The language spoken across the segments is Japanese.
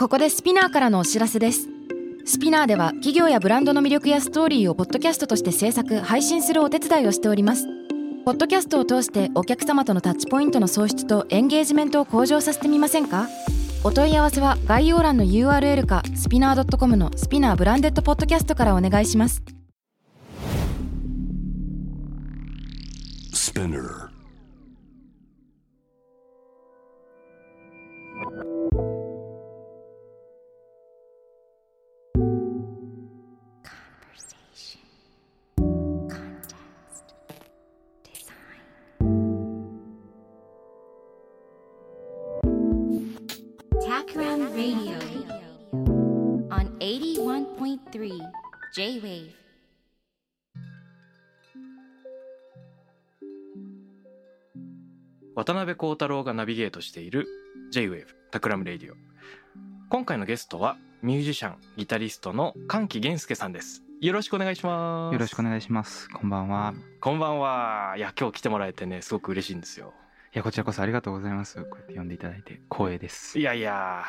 ここでスピナーからのお知らせです。スピナーでは企業やブランドの魅力やストーリーをポッドキャストとして制作・配信するお手伝いをしております。ポッドキャストを通してお客様とのタッチポイントの創出とエンゲージメントを向上させてみませんか？お問い合わせは概要欄の URL かスピナー .com のスピナーブランデッドポッドキャストからお願いします。 Spinner Takran Radio on 81.3 J-Wave。 渡辺幸太郎がナビゲートしている J-Wave タクラムレイディオ。今回のゲストはミュージシャンギタリストの菅木源介さんです。よろしくお願いします。 よろしくお願いします。こんばんは。 こんばんは。いや、今日来てもらえてね、すごく嬉しいんですよ。 いや、こちらこそありがとうございます。こうやって呼んでいただいて光栄です。 いやいや、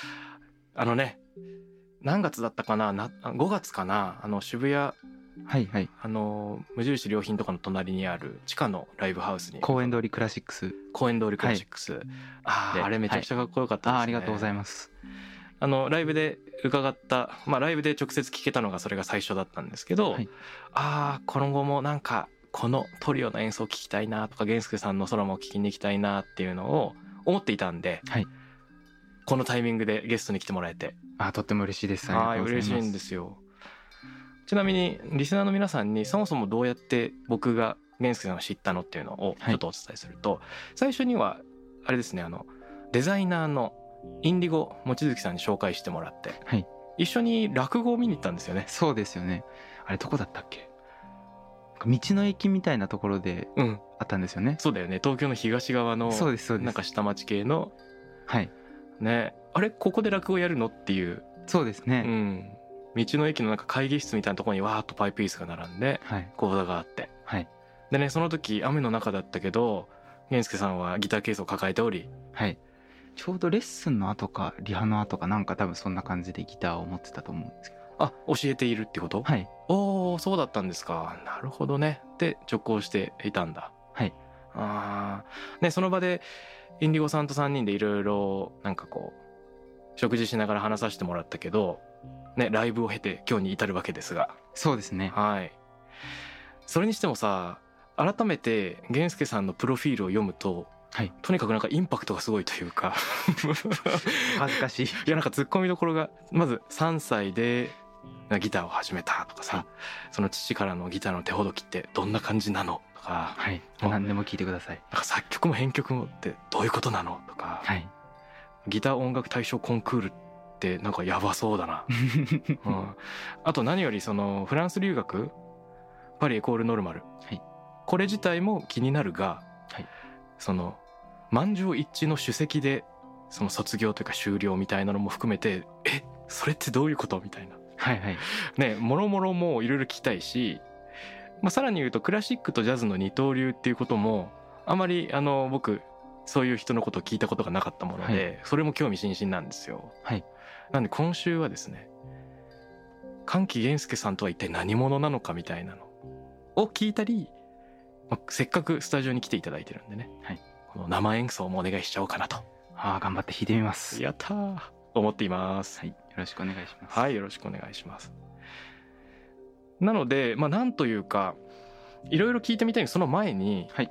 何月だったかな、5月かな、渋谷、 はいはい、 無印良品とかの隣にある地下のライブハウスに、 公園通りクラシックス、 公園通りクラシックス、はい、あれめちゃくちゃかっこよかったですね。 ありがとうございます。 ライブで伺った、ライブで直接聞けたのがそれが最初だったんですけど、はい、今後もなんかこのトリオの演奏を聴きたいなとか、源介さんのソロも聴きに行きたいなっていうのを思っていたんで、はい、このタイミングでゲストに来てもらえて、 とっても嬉しいです。ありがとうございます。 嬉しいんですよ。ちなみにリスナーの皆さんにそもそもどうやって僕が源介さんを知ったのっていうのをちょっとお伝えすると、はい、最初にはあれですね、デザイナーのインディゴ望月さんに紹介してもらって、はい、一緒に落語を見に行ったんですよね。 そうですよね。あれどこだったっけ？道の駅みたいなところであったんですよね。 そうだよね。東京の東側のなんか下町系の、はいね、あれここで落語やるのっていう。 そうですね、 道の駅のなんか会議室みたいなところにわーっとパイプ椅子が並んで、講座があって、はい、でね、その時雨の中だったけど源介さんはギターケースを抱えており、はい、 ちょうどレッスンの後かリハの後かなんか多分そんな感じでギターを持ってたと思うんですけど。 教えているってこと？はい。おー、そうだったんですか。なるほどね。で直行していたんだ。はい。ね、その場でインディゴさんと3人でいろいろなんかこう食事しながら話させてもらったけどね、ライブを経て今日に至るわけですが。 そうですね。 はい。それにしてもさ、改めて源介さんのプロフィールを読むと、はい、とにかくなんかインパクトがすごいというか恥ずかしい。 いや、なんかツッコミどころが、まず3歳でギターを始めたとかさ、はい、その父からのギターの手ほどきってどんな感じなのとか、 はい、何でも聞いてください。 なんか作曲も編曲もってどういうことなのとか、はい、ギター音楽大賞コンクールってなんかやばそうだな、あと何よりそのフランス留学パリエコールノルマル、はい、これ自体も気になるが、はい、その満場一致の首席でその卒業というか修了みたいなのも含めて、それってどういうことみたいな、はいはい、ね、もろもろもいろいろ聞きたいし、さらに言うとクラシックとジャズの二刀流っていうこともあまり僕そういう人のことを聞いたことがなかったもので、はい、それも興味津々なんですよ。はい、なんで今週はですね、菅木源介さんとは一体何者なのかみたいなのを聞いたり、せっかくスタジオに来ていただいてるんでね、はい、この生演奏もお願いしちゃおうかなと。 頑張って弾いてみます。 やったー、思っています。 はい、よろしくお願いします。 はい、よろしくお願いします。なので、なんというかいろいろ聞いてみたいんです。その前に、はい、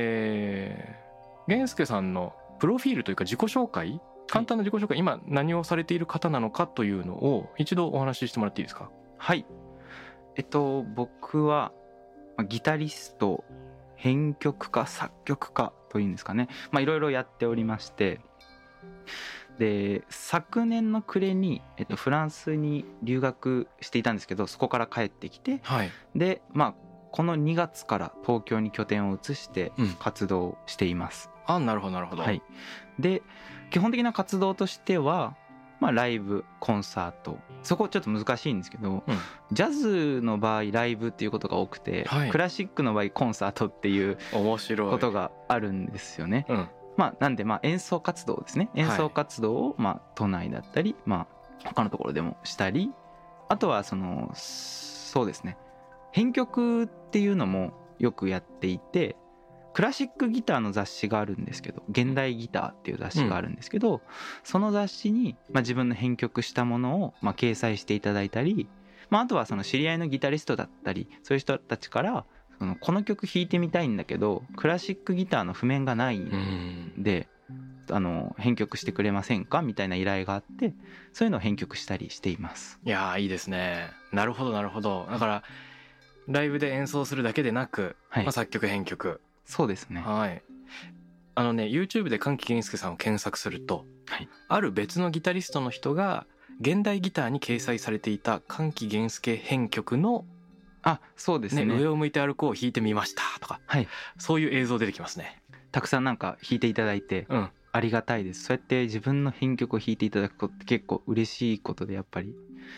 源介さんのプロフィールというか自己紹介、簡単な自己紹介、今何をされている方なのかというのを一度お話ししてもらっていいですか？ はい、僕はギタリスト、編曲家、作曲家というんですかね、いろいろやっておりまして、で昨年の暮れに、フランスに留学していたんですけど、そこから帰ってきて、はい、でこの2月から東京に拠点を移して活動しています。 なるほどなるほど。 はい、で基本的な活動としては、ライブ、コンサート、そこちょっと難しいんですけど、ジャズの場合ライブっていうことが多くて、はい、クラシックの場合コンサートっていうことがあるんですよね。 なんで演奏活動ですね。演奏活動を都内だったり他のところでもしたり、あとはそうですね、編曲っていうのもよくやっていて、クラシックギターの雑誌があるんですけど、現代ギターっていう雑誌があるんですけど、その雑誌に自分の編曲したものを掲載していただいたり、あとはその知り合いのギタリストだったり、そういう人たちからこの曲弾いてみたいんだけどクラシックギターの譜面がないんで、編曲してくれませんかみたいな依頼があって、そういうのを編曲したりしています。 いやー、いいですね。なるほどなるほど。だからライブで演奏するだけでなく、作曲編曲。 そうですね。 はい。YouTube で神木源介さんを検索すると、ある別のギタリストの人が現代ギターに掲載されていた神木源介編曲のそうですね。 上を向いて歩こうを弾いてみましたとか、そういう映像出てきますね。 たくさん弾いていただいて、ありがたいです。そうやって自分の編曲を弾いていただくことって結構嬉しいことで、やっぱり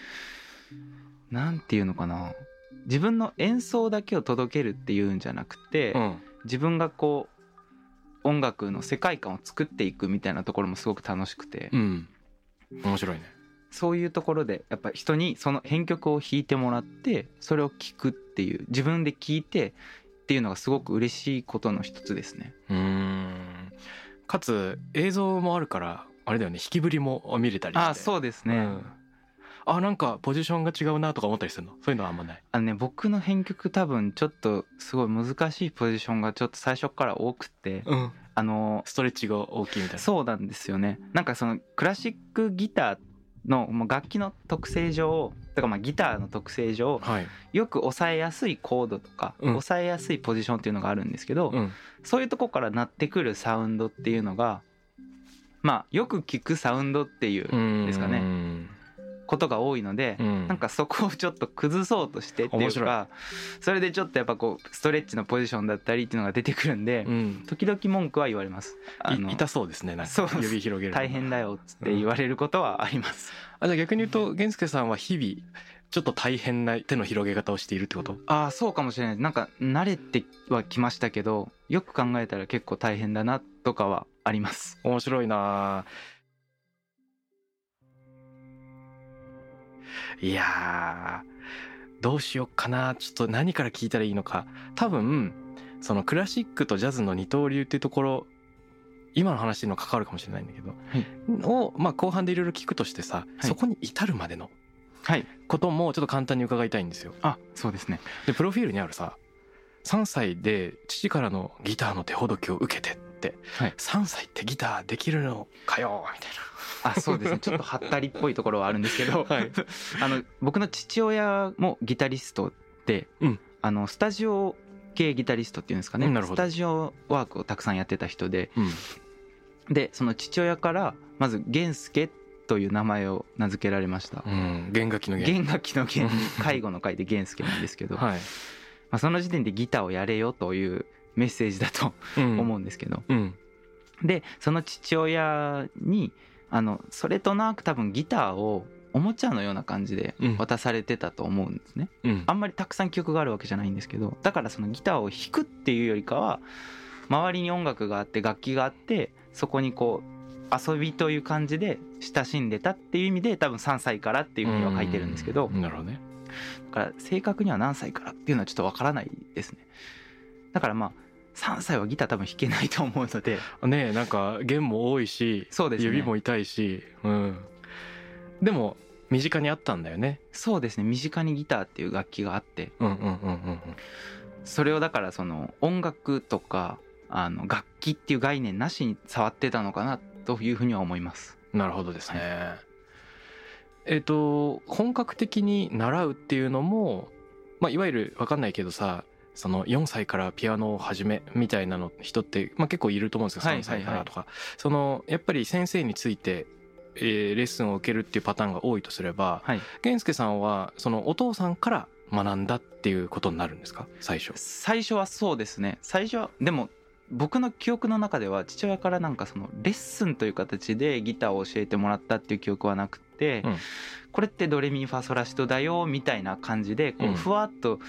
なんていうのかな、自分の演奏だけを届けるっていうんじゃなくて、自分が音楽の世界観を作っていくみたいなところもすごく楽しくて、 面白いね。 そういうところでやっぱ人にその編曲を弾いてもらってそれを聴くっていう、自分で聴いてっていうのがすごく嬉しいことの一つですね。 かつ映像もあるからあれだよね、弾きぶりも見れたりして。 そうですね。 なんかポジションが違うなとか思ったりするの？そういうのはあんまない？ 僕の編曲多分ちょっとすごい難しいポジションがちょっと最初から多くて、 ストレッチが大きいみたいな。 そうなんですよね。なんかそのクラシックギターの楽器の特性上とかギターの特性上、よく抑えやすいコードとか、抑えやすいポジションっていうのがあるんですけど、そういうとこから鳴ってくるサウンドっていうのがよく聞くサウンドっていうんですかね、ことが多いので、なんかそこをちょっと崩そうとしてっていうか、それでちょっとやっぱストレッチのポジションだったりっていうのが出てくるんで、時々文句は言われます。 痛そうですね。なんか指広げる大変だよっつって言われることはあります。 じゃあ逆に言うと源介さんは日々ちょっと大変な手の広げ方をしているってこと？ そうかもしれない。なんか慣れてはきましたけど、よく考えたら結構大変だなとかはあります。 面白いな。いやー、どうしよっかな。ちょっと何から聞いたらいいのか。多分そのクラシックとジャズの二刀流っていうところ、今の話にも関わるかもしれないんだけど、後半でいろいろ聞くとしてさ、そこに至るまでのこともちょっと簡単に伺いたいんですよ。 そうですね。 でプロフィールにあるさ、3歳で父からのギターの手ほどきを受けてって、3歳ってギターできるのかよみたいな。 そうですね。ちょっとはったりっぽいところはあるんですけど、僕の父親もギタリストで、スタジオ系ギタリストっていうんですかね、スタジオワークをたくさんやってた人で、でその父親からまず源介という名前を名付けられました。 弦楽器の弦に介護の会で源介なんですけど、その時点でギターをやれよというメッセージだと思うんですけど、でその父親にそれとなく多分ギターをおもちゃのような感じで渡されてたと思うんですね。あんまりたくさん曲があるわけじゃないんですけど、だからそのギターを弾くっていうよりかは周りに音楽があって楽器があって、そこに遊びという感じで親しんでたっていう意味で、多分3歳からっていうふうには書いてるんですけど、 なるほどね。 だから正確には何歳からっていうのはちょっとわからないですね。だから3歳はギター多分弾けないと思うのでね。なんか弦も多いし、 そうですね、 指も痛いし、でも身近にあったんだよね。 そうですね、身近にギターっていう楽器があって、それをだからその音楽とか楽器っていう概念なしに触ってたのかなというふうには思います。 なるほどですね。本格的に習うっていうのも、いわゆる分かんないけどさ、その4歳からピアノを始めみたいなの人って、結構いると思うんですよ。3歳からとか、そのやっぱり先生について、レッスンを受けるっていうパターンが多いとすれば、源介さんはそのお父さんから学んだっていうことになるんですか？最初はそうですね。最初はでも僕の記憶の中では父親からなんかそのレッスンという形でギターを教えてもらったっていう記憶はなくて、これってドレミファソラシドだよみたいな感じでふわっと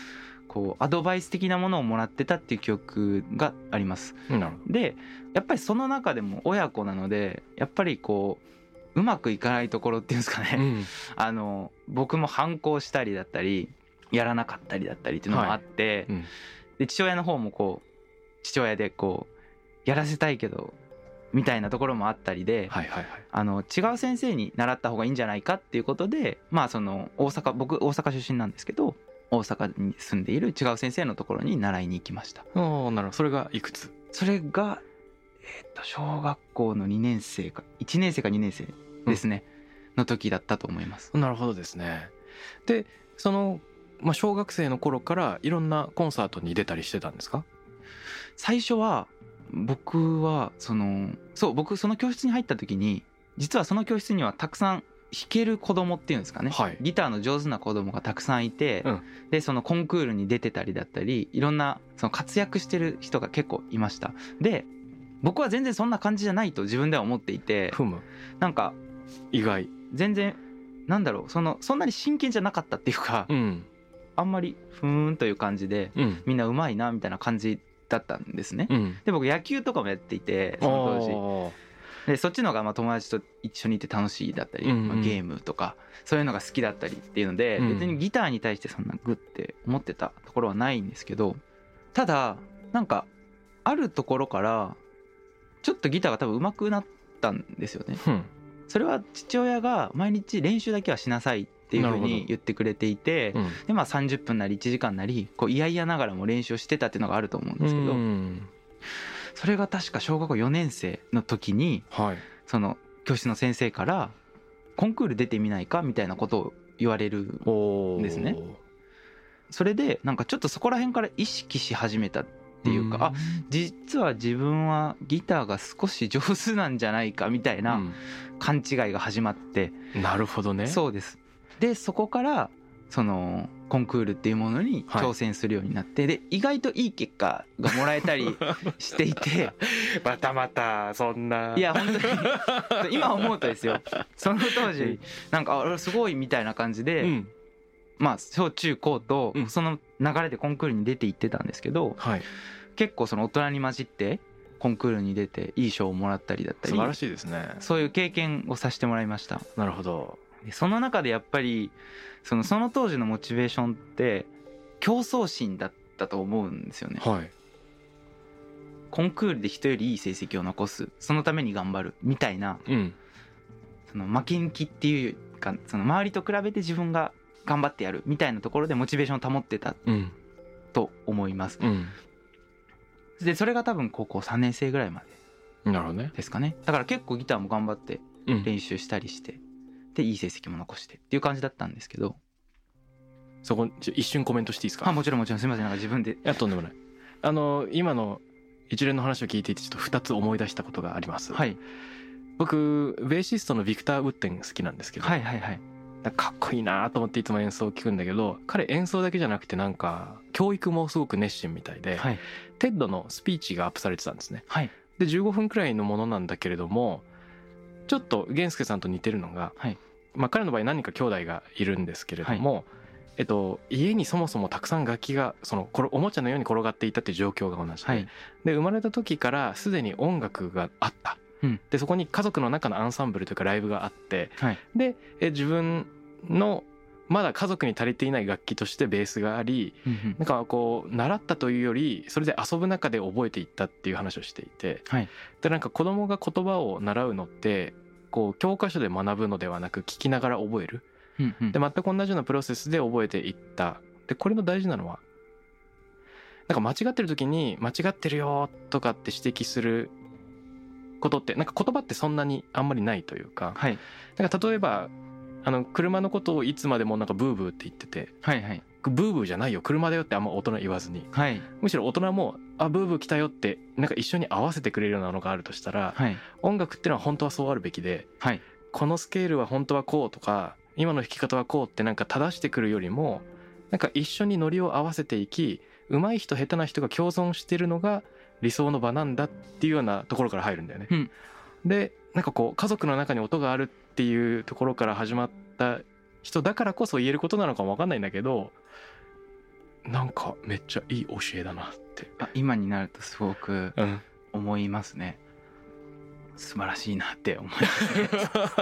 こうアドバイス的なものをもらってたっていう記憶があります。 なるほど。 でやっぱりその中でも親子なのでやっぱりこううまくいかないところっていうんですかね、僕も反抗したりだったりやらなかったりだったりっていうのもあって、で父親の方もこう父親でこうやらせたいけどみたいなところもあったりで、違う先生に習った方がいいんじゃないかっていうことで、まあその僕大阪出身なんですけど、大阪に住んでいる違う先生のところに習いに行きました。 なるほど。それがいくつ？ それが小学校の2年生か1年生か2年生ですね、の時だったと思います。 なるほどですね。でその、小学生の頃からいろんなコンサートに出たりしてたんですか？ 最初は僕は僕その教室に入った時に実はその教室にはたくさん弾ける子供っていうんですかね、ギターの上手な子供がたくさんいて、でそのコンクールに出てたりだったりいろんなその活躍してる人が結構いました。で僕は全然そんな感じじゃないと自分では思っていて、なんか意外全然なんだろうそんなに真剣じゃなかったっていうか、あんまりふーんという感じで、みんなうまいなみたいな感じだったんですね、で僕野球とかもやっていてその当時でそっちの方が友達と一緒にいて楽しいだったり、ゲームとかそういうのが好きだったりっていうので、別にギターに対してそんなグッて思ってたところはないんですけど、ただなんかあるところからちょっとギターが多分上手くなったんですよね、それは父親が毎日練習だけはしなさいっていうふうに言ってくれていて、で30分なり1時間なりこう嫌々ながらも練習をしてたっていうのがあると思うんですけど、それが確か小学校4年生の時に、その教室の先生からコンクール出てみないかみたいなことを言われるんですね。それでなんかちょっとそこら辺から意識し始めたっていうか、実は自分はギターが少し上手なんじゃないかみたいな勘違いが始まって、 なるほどね。 そうです。でそこからそのコンクールっていうものに挑戦するようになって、で意外といい結果がもらえたりしていてまたそんな、 いや本当に今思うとですよ、その当時なんかすごいみたいな感じで、小中高とその流れでコンクールに出ていってたんですけど、結構その大人に混じってコンクールに出ていい賞をもらったりだったり、 素晴らしいですね。 そういう経験をさせてもらいました。 なるほど。 でその中でやっぱりその当時のモチベーションって競争心だったと思うんですよね、コンクールで人よりいい成績を残す、そのために頑張るみたいな、その負けん気っていうか、その周りと比べて自分が頑張ってやるみたいなところでモチベーションを保ってたと思います、でそれが多分高校3年生ぐらいまでですかね。だから結構ギターも頑張って練習したりして、でいい成績も残してっていう感じだったんですけど、 そこ一瞬コメントしていいですか？ もちろんすみません、なんか自分で。 とんでもない。今の一連の話を聞いていてちょっと2つ思い出したことがあります。僕ベーシストのビクター・ウッテン好きなんですけど、かっこいいなと思っていつも演奏を聞くんだけど、彼演奏だけじゃなくてなんか教育もすごく熱心みたいで、テッドのスピーチがアップされてたんですね、で15分くらいのものなんだけれども、ちょっと源介さんと似てるのが、彼の場合何人か兄弟がいるんですけれども、家にそもそもたくさん楽器がおもちゃのように転がっていたっていう状況が同じで、で生まれた時からすでに音楽があった、でそこに家族の中のアンサンブルというかライブがあって、で自分のまだ家族に足りていない楽器としてベースがあり、なんかこう習ったというよりそれで遊ぶ中で覚えていったっていう話をしていて、でなんか子供が言葉を習うのってこう教科書で学ぶのではなく聞きながら覚える、で全く同じようなプロセスで覚えていった。でこれの大事なのはなんか間違ってる時に間違ってるよとかって指摘することってなんか言葉ってそんなにあんまりないというか、なんか例えば車のことをいつまでもなんかブーブーって言ってて、ブーブーじゃないよ車だよってあんま大人言わずに、むしろ大人もブーブー来たよってなんか一緒に合わせてくれるようなのがあるとしたら、音楽ってのは本当はそうあるべきで、このスケールは本当はこうとか今の弾き方はこうってなんか正してくるよりも、なんか一緒にノリを合わせていき、上手い人下手な人が共存してるのが理想の場なんだっていうようなところから入るんだよね、でなんかこう家族の中に音があるっていうところから始まった人だからこそ言えることなのかも分かんないんだけど、 なんかめっちゃいい教えだなって、 今になるとすごくうん思いますね。素晴らしいなって思いますね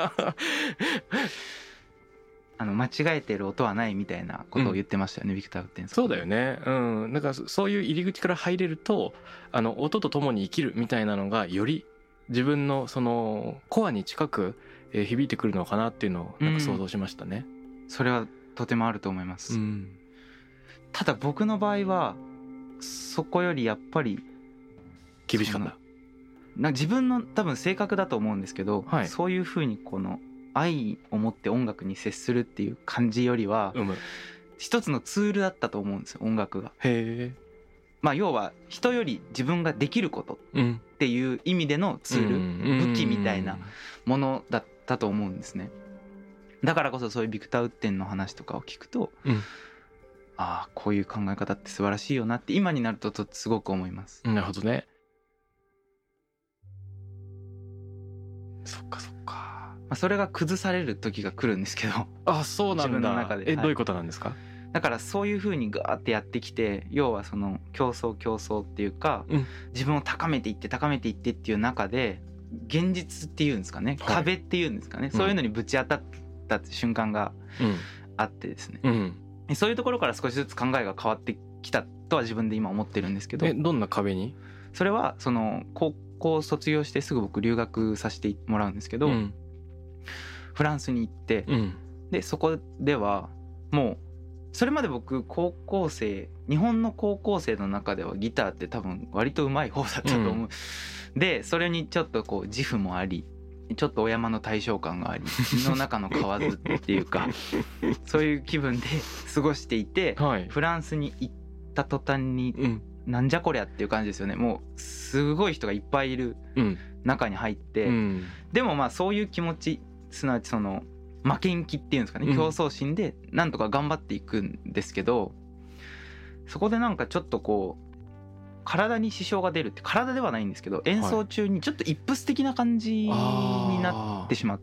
間違えてる音はないみたいなことを言ってましたよね、ビクター・ウッテンさん。 そうだよね。だからそういう入り口から入れると音とともに生きるみたいなのがより自分のそのコアに近く響いてくるのかなっていうのをなんか想像しましたね。 それはとてもあると思います、ただ僕の場合はそこよりやっぱり厳しかった。 なんか自分の多分性格だと思うんですけど、 はい、 そういうふうにこの愛を持って音楽に接するっていう感じよりは、一つのツールだったと思うんですよ、音楽が。 へー、要は人より自分ができることっていう意味でのツール、武器みたいなものだったと思うんですね。だからこそそういうビクター・ウッテンの話とかを聞くと、ああこういう考え方って素晴らしいよなって今になるとすごく思います。 なるほどね。そっかそっか。 それが崩される時が来るんですけど。 あ、そうなんだ。 自分の中で。 どういうことなんですか？ だからそういう風にガーってやってきて、要はその競争っていうか、自分を高めていってっていう中で現実っていうんですかね、壁っていうんですかね、そういうのにぶち当たった瞬間があってですね、そういうところから少しずつ考えが変わってきたとは自分で今思ってるんですけど。 どんな壁に？ それはその高校卒業してすぐ僕留学させてもらうんですけど、フランスに行って、でそこではもうそれまで僕日本の高校生の中ではギターって多分割と上手い方だったと思う、でそれにちょっとこう自負もあり、ちょっとお山の大将感があり、胃の中の蛙っていうかそういう気分で過ごしていて、フランスに行った途端に、なんじゃこりゃっていう感じですよね。もうすごい人がいっぱいいる中に入って、でもそういう気持ち、すなわちその負けん気っていうんですかね、競争心でなんとか頑張っていくんですけど、そこでなんかちょっとこう体に支障が出るって、体ではないんですけど演奏中にちょっとイップス的な感じになってしまって、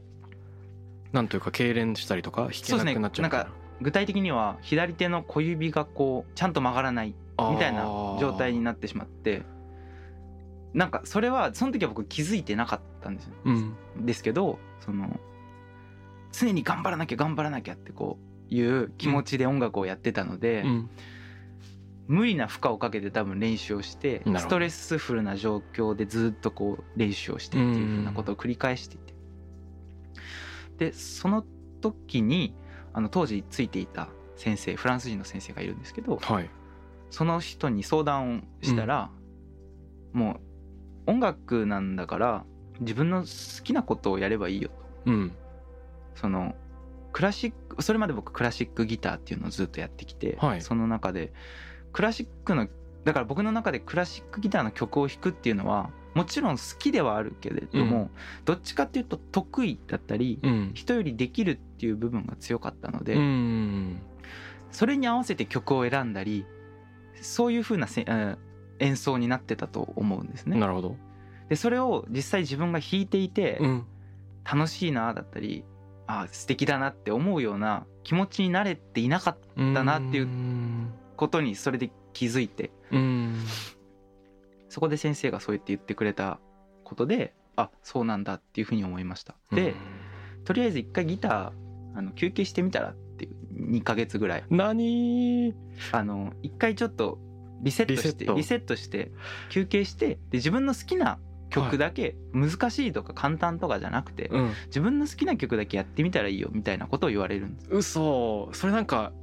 なんというか痙攣したりとか弾けなくなっちゃう。 なんか具体的には左手の小指がこうちゃんと曲がらないみたいな状態になってしまって、なんかそれはその時は僕気づいてなかったんですよ、ですけどその常に頑張らなきゃってこういう気持ちで音楽をやってたので、無理な負荷をかけて多分練習をして、ストレスフルな状況でずっとこう練習をしてっていう風なことを繰り返していて、でその時に当時ついていた先生、フランス人の先生がいるんですけど、その人に相談をしたら、もう音楽なんだから自分の好きなことをやればいいよと、そのクラシック、それまで僕クラシックギターっていうのをずっとやってきて、その中でクラシックの、だから僕の中でクラシックギターの曲を弾くっていうのはもちろん好きではあるけれども、どっちかっていうと得意だったり、人よりできるっていう部分が強かったので、それに合わせて曲を選んだり、そういう風な演奏になってたと思うんですね。 なるほど。でそれを実際自分が弾いていて、楽しいなだったり、素敵だなって思うような気持ちになれていなかったなっていうことにそれで気づいて、そこで先生がそう言ってくれたことで、そうなんだっていうふうに思いました。でとりあえず一回ギター休憩してみたらっていう2ヶ月ぐらい一回ちょっとリセットして休憩して、で自分の好きな曲だけ、難しいとか簡単とかじゃなくて、自分の好きな曲だけやってみたらいいよみたいなことを言われるんです。 嘘。それなんか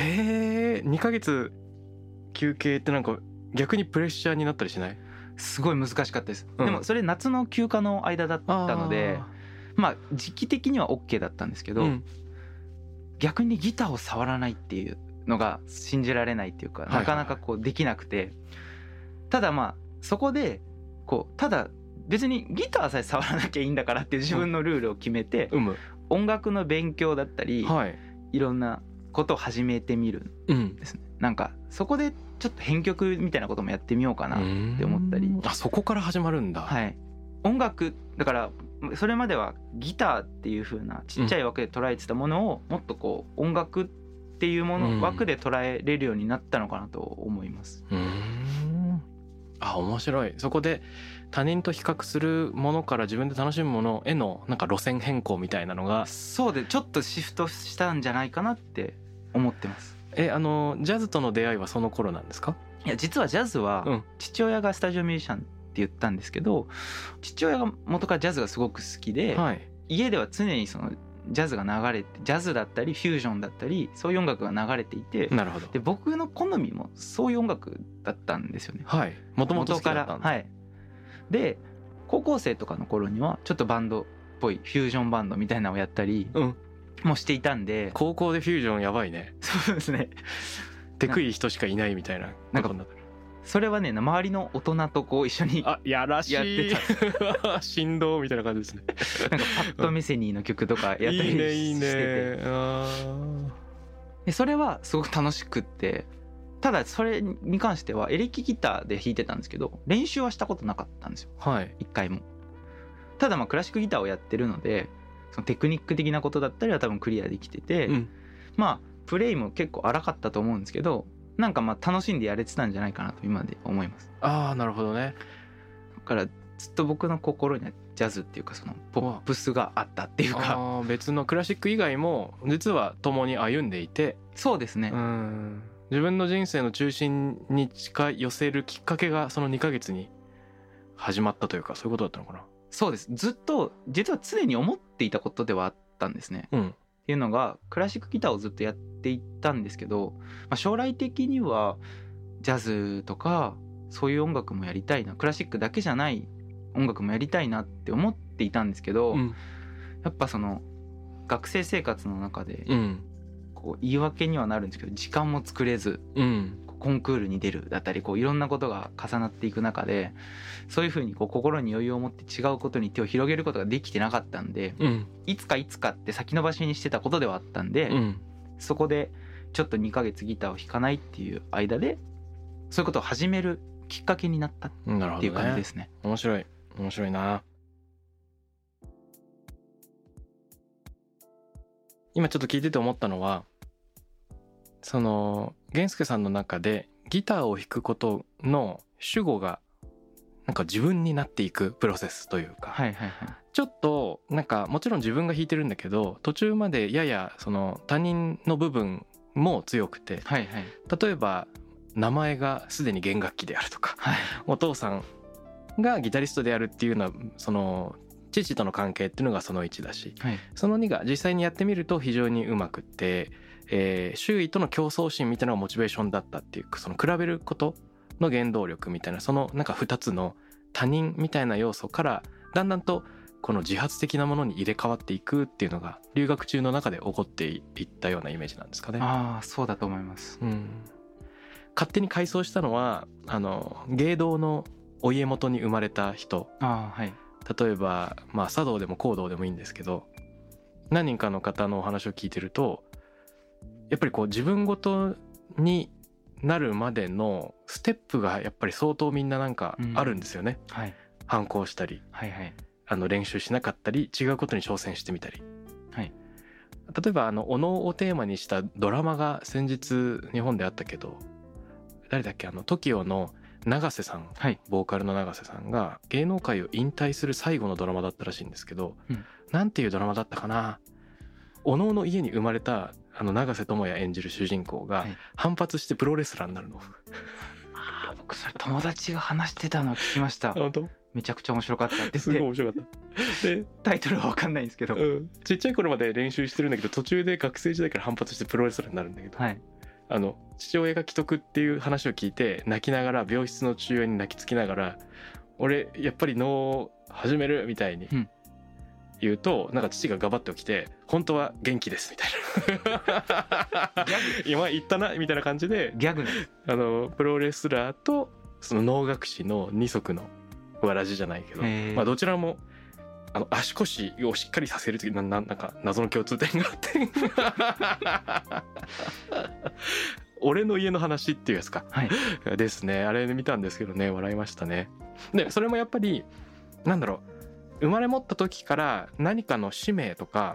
2ヶ月休憩ってなんか逆にプレッシャーになったりしない？ すごい難しかったです、でもそれ夏の休暇の間だったので、時期的には OK だったんですけど、逆にギターを触らないっていうのが信じられないっていうか、なかなかこうできなくて、ただそこでこうただ別にギターさえ触らなきゃいいんだからっていう自分のルールを決めて、音楽の勉強だったり、いろんなことを始めてみるんですね。なんかそこでちょっと編曲みたいなこともやってみようかなって思ったり。 そこから始まるんだ。 音楽だからそれまではギターっていう風なちっちゃい枠で捉えてたものを、もっとこう音楽ってっていうもの、 うん枠で捉えれるようになったのかなと思います。 面白い。そこで他人と比較するものから自分で楽しむものへのなんか路線変更みたいなのが、 そうでちょっとシフトしたんじゃないかなって思ってます。 ジャズとの出会いはその頃なんですか？ いや実はジャズは父親がスタジオミュージシャンって言ったんですけど、父親が元からジャズがすごく好きで、 はい、 家では常にそのジャズが流れて、ジャズだったりフュージョンだったりそういう音楽が流れていて、 なるほど。 で僕の好みもそういう音楽だったんですよね。 はい。もともと好きだったんだ。 はい。で高校生とかの頃にはちょっとバンドっぽいフュージョンバンドみたいなのをやったりもしていたんで、 高校でフュージョンやばいね。 そうですね。 テクい人しかいないみたいなことになってる。 それはね周りの大人とこう一緒にやらしいやってた振動みたいな感じですね。 なんかパッド・メセニーの曲とかやったりしてて、 いいねでそれはすごく楽しくって、ただそれに関してはエレキギターで弾いてたんですけど練習はしたことなかったんですよ、 はい、 一回も。ただまあクラシックギターをやってるのでそのテクニック的なことだったりは多分クリアできてて、まあプレイも結構荒かったと思うんですけど、なんかまあ楽しんでやれてたんじゃないかなと今で思います。 なるほどね。 だからずっと僕の心にはジャズっていうかそのポップスがあったっていうか、 別のクラシック以外も実は共に歩んでいて、 そうですね、 自分の人生の中心に近寄せるきっかけがその2ヶ月に始まったというか、そういうことだったのかな。 そうです。ずっと実は常に思っていたことではあったんですね、っていうのがクラシックギターをずっとやっていったんですけど、将来的にはジャズとかそういう音楽もやりたいな、クラシックだけじゃない音楽もやりたいなって思っていたんですけど、やっぱその学生生活の中でこう言い訳にはなるんですけど時間も作れず、コンクールに出るだったりこういろんなことが重なっていく中で、そういうふうにこう心に余裕を持って違うことに手を広げることができてなかったんで、いつかって先延ばしにしてたことではあったんで、そこでちょっと2ヶ月ギターを弾かないっていう間でそういうことを始めるきっかけになったっていう感じですね。 面白いな。今ちょっと聞いてて思ったのは、その源助さんの中でギターを弾くことの主語がなんか自分になっていくプロセスというか、ちょっとなんかもちろん自分が弾いてるんだけど途中までややその他人の部分も強くて、例えば名前がすでに弦楽器であるとか、お父さんがギタリストであるっていうのはその父との関係っていうのがその1だし、その2が実際にやってみると非常にうまくって、周囲との競争心みたいなのがモチベーションだったっていうか、その比べることの原動力みたいな、そのなんか2つの他人みたいな要素からだんだんとこの自発的なものに入れ替わっていくっていうのが留学中の中で起こっていったようなイメージなんですかね。 そうだと思います、 勝手に回想したのは芸道のお家元に生まれた人、例えば茶道でも講道でもいいんですけど、何人かの方のお話を聞いてるとやっぱりこう自分ごとになるまでのステップがやっぱり相当みんななんかあるんですよね、反抗したり、練習しなかったり違うことに挑戦してみたり、例えばお能をテーマにしたドラマが先日日本であったけど、誰だっけ、TOKIO の永瀬さん、ボーカルの永瀬さんが芸能界を引退する最後のドラマだったらしいんですけど、なんていうドラマだったかな。お能の家に生まれた永瀬智也演じる主人公が反発してプロレスラーになるの。 僕それ友達が話してたのを聞きました。 本当？ めちゃくちゃ面白かったって言って。 すごい面白かったでタイトルは分かんないんですけど、 ちっちゃい頃まで練習してるんだけど途中で学生時代から反発してプロレスラーになるんだけど、父親が既得っていう話を聞いて泣きながら病室の父親に泣きつきながら、俺やっぱり能始めるみたいに言うと、なんか父がガバッと起きて本当は元気ですみたいな今言ったなみたいな感じでギャグプロレスラーとその能楽師の二足のわらじじゃないけど、どちらも足腰をしっかりさせるというなんか謎の共通点があって俺の家の話っていうやつか、ですね。あれ見たんですけどね、笑いましたね。でそれもやっぱりなんだろう、生まれ持った時から何かの使命とか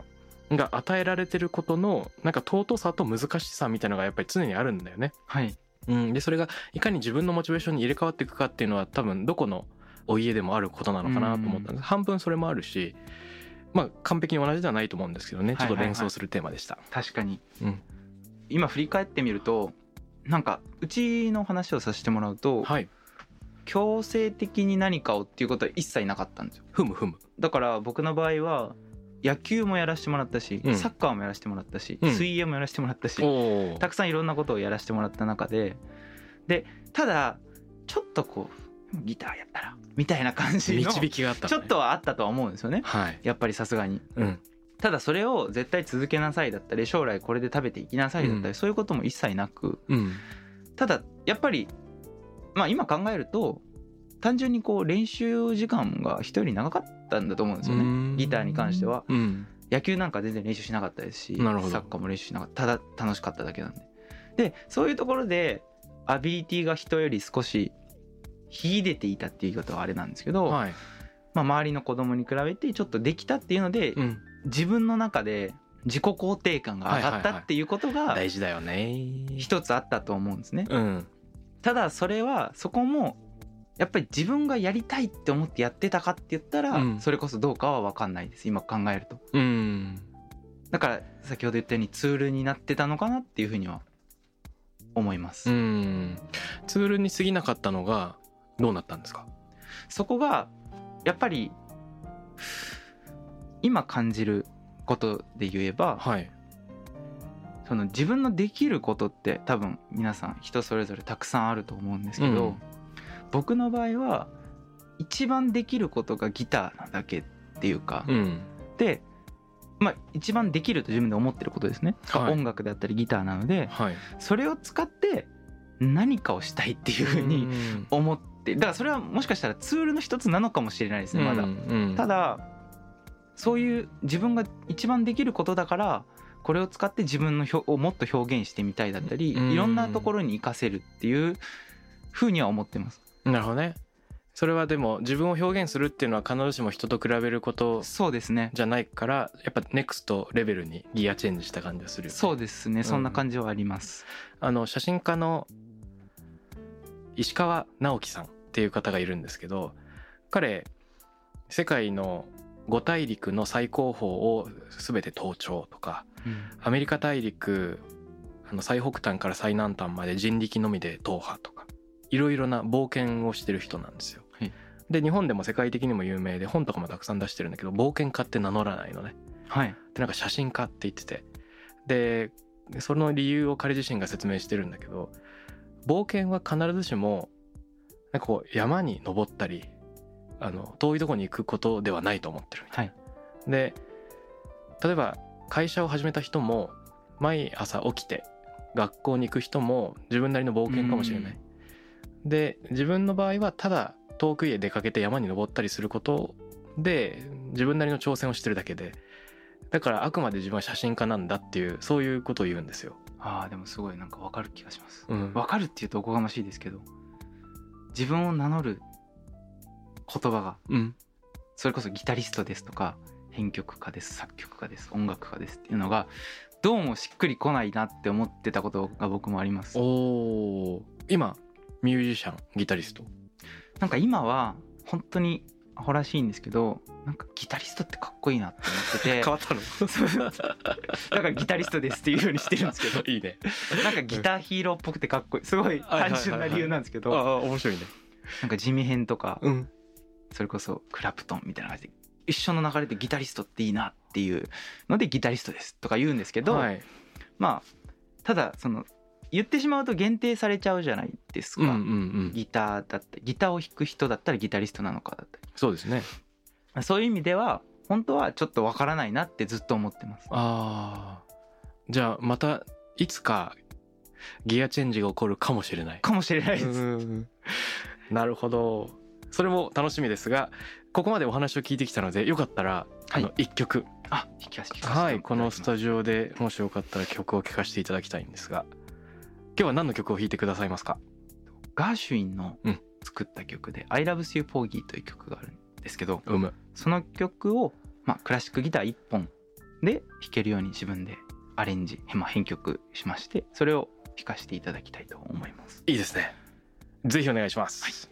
が与えられてることのなんか尊さと難しさみたいなのがやっぱり常にあるんだよね。 はいでそれがいかに自分のモチベーションに入れ替わっていくかっていうのは多分どこのお家でもあることなのかなと思ったんです。半分それもあるし、まあ完璧に同じではないと思うんですけどね、ちょっと連想するテーマでした。 確かに、 うん今振り返ってみるとなんかうちの話をさせてもらうと、 はい。 強制的に何かをっていうことは一切なかったんですよ。 ふむふむ。 だから僕の場合は野球もやらせてもらったし、 うんサッカーもやらせてもらったし、 うん水泳もやらせてもらったし、 おたくさんいろんなことをやらせてもらった中でただちょっとこうギターやったらみたいな感じの導きがあったのね。 ちょっとはあったとは思うんですよね、 はい。 やっぱりさすがに。 うんただそれを絶対続けなさいだったり将来これで食べていきなさいだったり、 うんそういうことも一切なく、 うんただやっぱりまあ今考えると単純にこう練習時間が人より長かったんだと思うんですよね。ギターに関してはうん野球なんか全然練習しなかったですし、 なるほどサッカーも練習しなかった、ただ楽しかっただけなんでそういうところでアビリティが人より少し秀でていたっていう言い方はあれなんですけど、 はい。 まあ、周りの子供に比べてちょっとできたっていうので、 うん。 自分の中で自己肯定感が上がったっていうことが大事だよね。 一つあったと思うんですね。 うん。 ただそれはそこもやっぱり自分がやりたいって思ってやってたかって言ったら、 うんそれこそどうかは分かんないです今考えると。 うん。 だから先ほど言ったようにツールになってたのかなっていうふうには思います、 ツールに過ぎなかったのがどうなったんですか？ そこがやっぱり今感じることで言えば、 はい。 その自分のできることって多分皆さん人それぞれたくさんあると思うんですけど、 うん僕の場合は一番できることがギターなだけっていうか、 うん。 でまあ一番できると自分で思ってることですね、 はい音楽であったりギターなのではい。 それを使って何かをしたいっていうふうに思ってだからそれはもしかしたらツールの一つなのかもしれないですねまだ、ただそういう自分が一番できることだからこれを使って自分のをもっと表現してみたいだったりいろんなところに活かせるっていうふうには思ってます。 なるほどね。それはでも自分を表現するっていうのは必ずしも人と比べることそうですねじゃないからやっぱネクストレベルにギアチェンジした感じがするよね。 そうですねそんな感じはあります、 写真家の石川直樹さんっていう方がいるんですけど、彼世界の5大陸の最高峰を全て登頂とか、アメリカ大陸最北端から最南端まで人力のみで踏破とかいろいろな冒険をしてる人なんですよ、 はい、 で日本でも世界的にも有名で本とかもたくさん出してるんだけど冒険家って名乗らないのね。 はいでなんか写真家って言ってて、でその理由を彼自身が説明してるんだけど、冒険は必ずしもなんかこう山に登ったり遠いとこに行くことではないと思ってるみたいな、 はい、 で例えば会社を始めた人も毎朝起きて学校に行く人も自分なりの冒険かもしれない。で自分の場合はただ遠くへ出かけて山に登ったりすることで自分なりの挑戦をしてるだけで、だからあくまで自分は写真家なんだっていうそういうことを言うんですよ。 ああでもすごいなんか分かる気がします、 うん分かるっていうとおこがましいですけど自分を名乗る言葉がうんそれこそギタリストですとか編曲家です作曲家です音楽家ですっていうのがどうもしっくりこないなって思ってたことが僕もあります。 おー、今ミュージシャンギタリストなんか今は本当にアホらしいんですけどなんかギタリストってかっこいいなって思ってて変わったのだからギタリストですっていう風にしてるんですけどいいね。 なんかギターヒーローっぽくてかっこいいすごい単純な理由なんですけあどあ面白いね。 なんか地味編とかうんそれこそクラプトンみたいな感じで一緒の流れでギタリストっていいなっていうのでギタリストですとか言うんですけど、 はいまあただその言ってしまうと限定されちゃうじゃないですか、 うんうんうんギターだったりギターを弾く人だったらギタリストなのかだったそうですね。 りそういう意味では本当はちょっとわからないなってずっと思ってます。 ああじゃあまたいつかギアチェンジが起こるかもしれない。 かもしれないです。 うんなるほど。それも楽しみですが、ここまでお話を聞いてきたのでよかったらはい一曲、 あ、聞かせてはいこのスタジオでもしよかったら曲を聴かせていただきたいんですが、今日は何の曲を弾いてくださいますか？ ガーシュインのうん作った曲で「I Love You Porgy」という曲があるんですけど、 うむその曲を、クラシックギター1本で弾けるように自分でアレンジ、編曲しまして、それを弾かせていただきたいと思います。 いいですね。ぜひお願いします。 はい。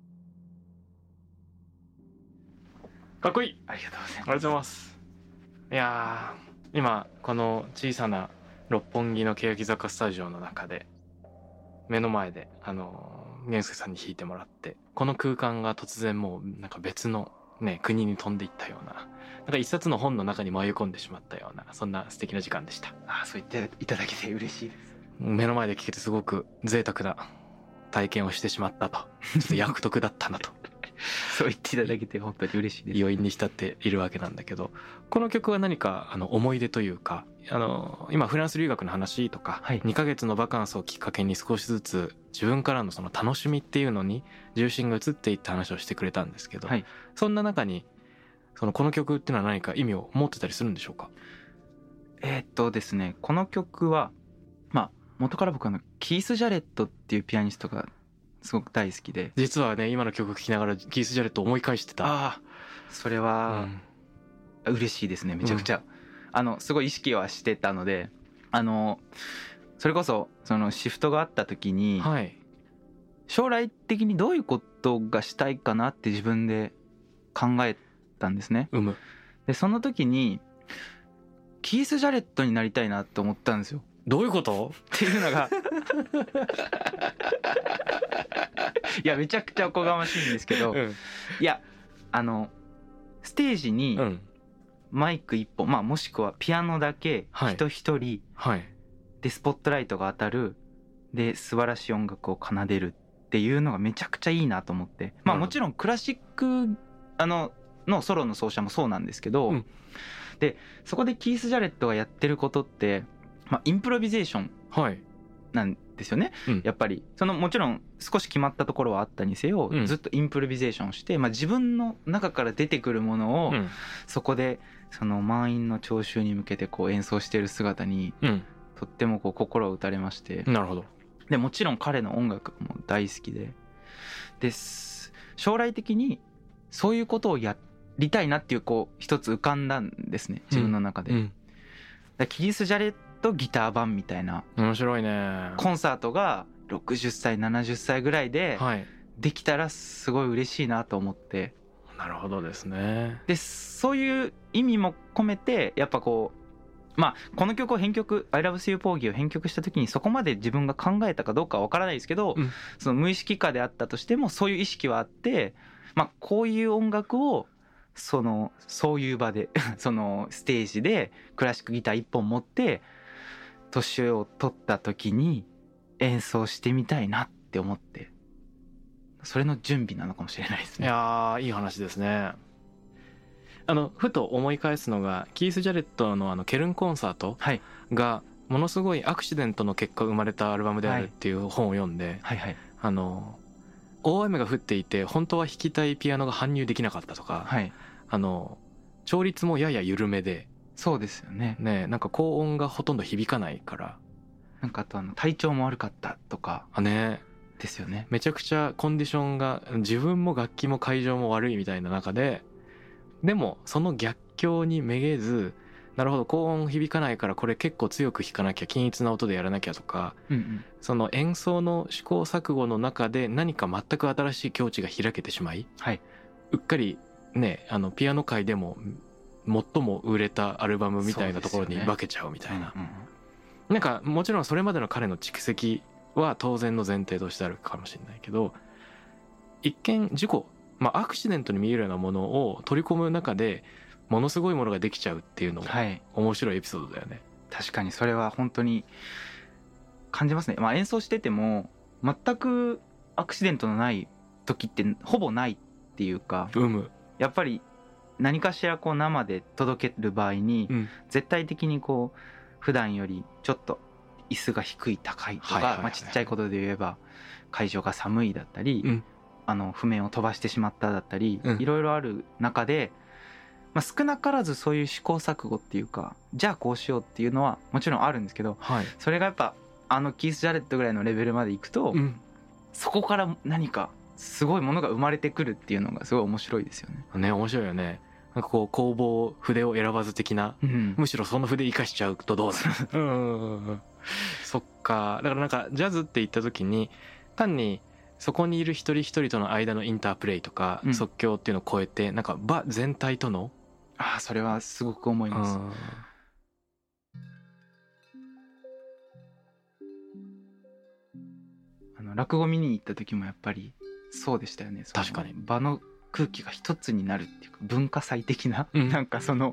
かっこいい。 ありがとうございます。 ありがとうございます。 いやー、今この小さな六本木の欅坂スタジオの中で目の前で源介さんに弾いてもらって、この空間が突然もうなんか別のね国に飛んでいったような、なんか一冊の本の中に迷い込んでしまったような、そんな素敵な時間でした。 そう言っていただけて嬉しいです。 目の前で聞けてすごく贅沢な体験をしてしまったと、ちょっと役得だったなとそう言っていただけて本当に嬉しいです。 余韻に浸っているわけなんだけど、この曲は何か思い出というか、今フランス留学の話とか、 はい、 2ヶ月のバカンスをきっかけに少しずつ自分からのその楽しみっていうのに重心が移っていった話をしてくれたんですけど、 はい、 そんな中にこの曲っていうのは何か意味を持ってたりするんでしょうか？ ですね、この曲は元から僕キース・ジャレットっていうピアニストがすごく大好きで、 実はね今の曲聴きながらキース・ジャレットを思い返してた。 それは嬉しいですね、めちゃくちゃ、すごい意識はしてたので、それこそそのシフトがあった時に、 はい、 将来的にどういうことがしたいかなって自分で考えたんですね。でその時にキース・ジャレットになりたいなと思ったんですよ。 どういうことっていうのがいやめちゃくちゃおこがましいんですけど、いやステージにマイク1本、もしくはピアノだけ人一人、でスポットライトが当たる、で素晴らしい音楽を奏でるっていうのがめちゃくちゃいいなと思って、もちろんクラシックのソロの奏者もそうなんですけど、でそこでキース・ジャレットがやってることってインプロビゼーションなんですよね、やっぱりもちろん少し決まったところはあったにせよ、ずっとインプロビゼーションして、自分の中から出てくるものを、そこで満員の聴衆に向けて演奏している姿に、とっても心を打たれまして。 なるほど。 でもちろん彼の音楽も大好きで将来的にそういうことをやりたいなっていう一つ浮かんだんですね、自分の中で、キース・ジャレットギター版みたいな面白いねコンサートが60歳70歳ぐらいでできたらすごい嬉しいなと思って、 なるほどですね。 でそういう意味も込めてやっぱこの曲を編曲 I Love You Porgy を編曲した時にそこまで自分が考えたかどうかは分からないですけど、その無意識下であったとしてもそういう意識はあって、こういう音楽をそういう場でそのステージでクラシックギター1本持って年を取った時に演奏してみたいなって思って、それの準備なのかもしれないですね。 いやいい話ですね。ふと思い返すのがキース・ジャレットのケルンコンサートがものすごいアクシデントの結果生まれたアルバムであるっていう本を読んで、大雨が降っていて本当は弾きたいピアノが搬入できなかったとか、調律もやや緩めで、 そうですよね。 なんか高音がほとんど響かないから、 なんかあと体調も悪かったとかですよね。 めちゃくちゃコンディションが自分も楽器も会場も悪いみたいな中で、でもその逆境にめげず、なるほど高音響かないからこれ結構強く弾かなきゃ、均一な音でやらなきゃとか、その演奏の試行錯誤の中で何か全く新しい境地が開けてしまい、うっかりねピアノ界でも最も売れたアルバムみたいなところに化けちゃうみたいな、なんかもちろんそれまでの彼の蓄積は当然の前提としてあるかもしれないけど、一見事故アクシデントに見えるようなものを取り込む中でものすごいものができちゃうっていうのも面白いエピソードだよね。 確かにそれは本当に感じますね。演奏してても全くアクシデントのない時ってほぼないっていうか、やっぱり何かしら生で届ける場合に、絶対的に普段よりちょっと椅子が低い高いとか、ちっちゃいことで言えば会場が寒いだったり、譜面を飛ばしてしまっただったり、いろいろある中で、少なからずそういう試行錯誤っていうか、じゃあこうしようっていうのはもちろんあるんですけど、それがやっぱキース・ジャレットぐらいのレベルまでいくと、そこから何かすごいものが生まれてくるっていうのがすごい面白いですよね。 面白いよね。なんか工房筆を選ばず的な、むしろその筆生かしちゃうとどうなるそっか。だからなんかジャズって言った時に単にそこにいる一人一人との間のインタープレイとか即興っていうのを超えて、なんか場全体とのそれはすごく思います。落語見に行った時もやっぱりそうでしたよね。 確かに場の空気が一つになるっていうか、文化祭的な、なんかそ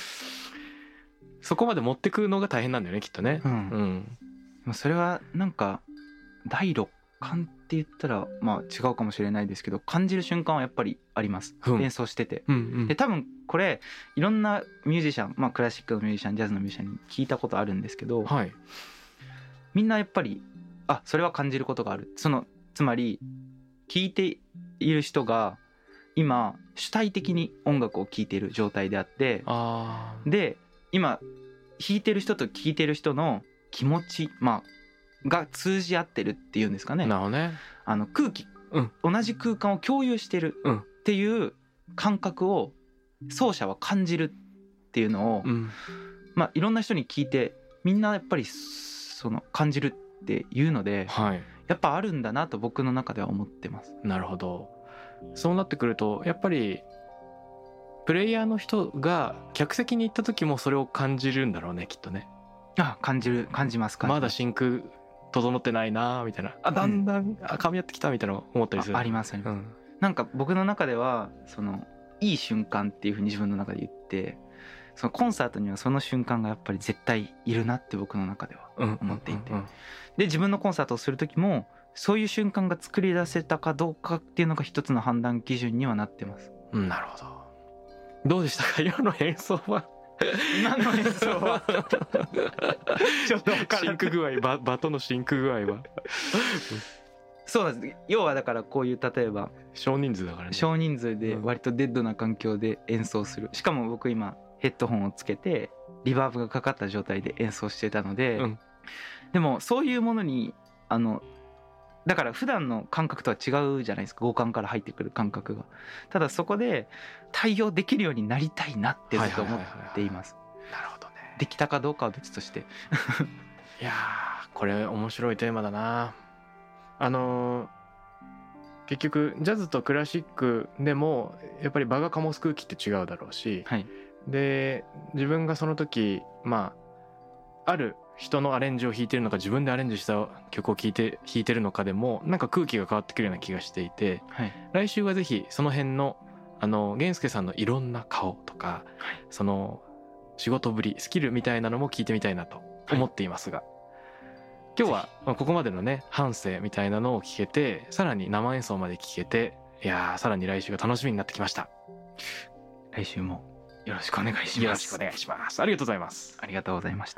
こまで持ってくのが大変なんだよねきっとね。 それはなんか第六感って言ったら違うかもしれないですけど、感じる瞬間はやっぱりあります、演奏してて。で多分これいろんなミュージシャン、クラシックのミュージシャン、ジャズのミュージシャンに聞いたことあるんですけど、みんなやっぱりそれは感じることがある。つまり聴いている人が今主体的に音楽を聴いている状態であって、で今弾いてる人と聴いてる人の気持ち、が通じ合ってるっていうんですかね。 なるほどね。 空気、同じ空間を共有してるっていう感覚を奏者は感じるっていうのを、いろんな人に聞いてみんなやっぱり感じるっていうので、やっぱあるんだなと僕の中では思ってます。 なるほど。そうなってくるとやっぱりプレイヤーの人が客席に行った時もそれを感じるんだろうねきっとね。 感じます。 まだ真空整ってないなみたいな、だんだん噛み合ってきたみたいなの思ったりする。 あります、なんか僕の中ではいい瞬間っていう風に自分の中で言って、コンサートにはその瞬間がやっぱり絶対いるなって僕の中では思っていて、で自分のコンサートをする時もそういう瞬間が作り出せたかどうかっていうのが一つの判断基準にはなってます。 なるほど。どうでしたか今の演奏は。 今の演奏はちょっと分からない。 シンク具合、場とのシンク具合はそうなんです。要はだからこういう例えば少人数だからね。 少人数で割とデッドな環境で演奏する。しかも僕今ヘッドホンをつけてリバーブがかかった状態で演奏してたので、でもそういうものにだから普段の感覚とは違うじゃないですか、五感から入ってくる感覚が。ただそこで対応できるようになりたいなってずっと思っています。 なるほどね。 できたかどうかは別としていやこれ面白いテーマだな。結局ジャズとクラシックでもやっぱり場が醸す空気って違うだろうし、で自分がその時ある人のアレンジを弾いてるのか自分でアレンジした曲を弾いてるのかでもなんか空気が変わってくるような気がしていて、来週はぜひその辺の源助さんのいろんな顔とか、その仕事ぶりスキルみたいなのも聞いてみたいなと思っていますが、今日はここまでのね反省みたいなのを聞けて、さらに生演奏まで聞けて、さらに来週が楽しみになってきました。 来週もよろしくお願いします。 よろしくお願いします。ありがとうございます。 ありがとうございました。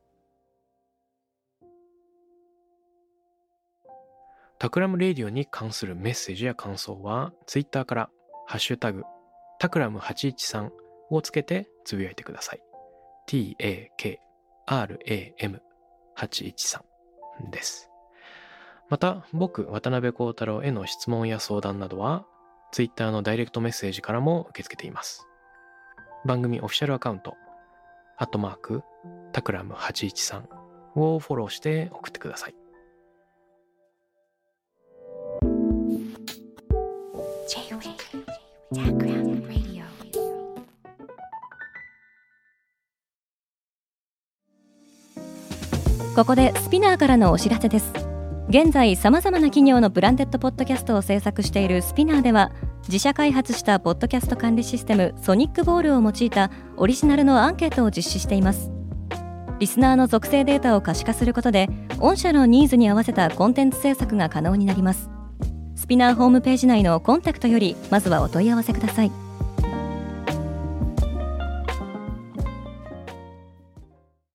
タクラムレディオに関するメッセージや感想はツイッターからハッシュタグタクラム813をつけてつぶやいてください。 TAKRAM813 です。また僕渡辺幸太郎への質問や相談などはツイッターのダイレクトメッセージからも受け付けています。番組オフィシャルアカウント@タクラム813をフォローして送ってください。 ここでスピナーからのお知らせです。現在さまざまな企業のブランデッドポッドキャストを制作しているスピナーでは、自社開発したポッドキャスト管理システムソニックボールを用いたオリジナルのアンケートを実施しています。リスナーの属性データを可視化することで御社のニーズに合わせたコンテンツ制作が可能になります。スピナーホームページ内のコンタクトよりまずはお問い合わせください。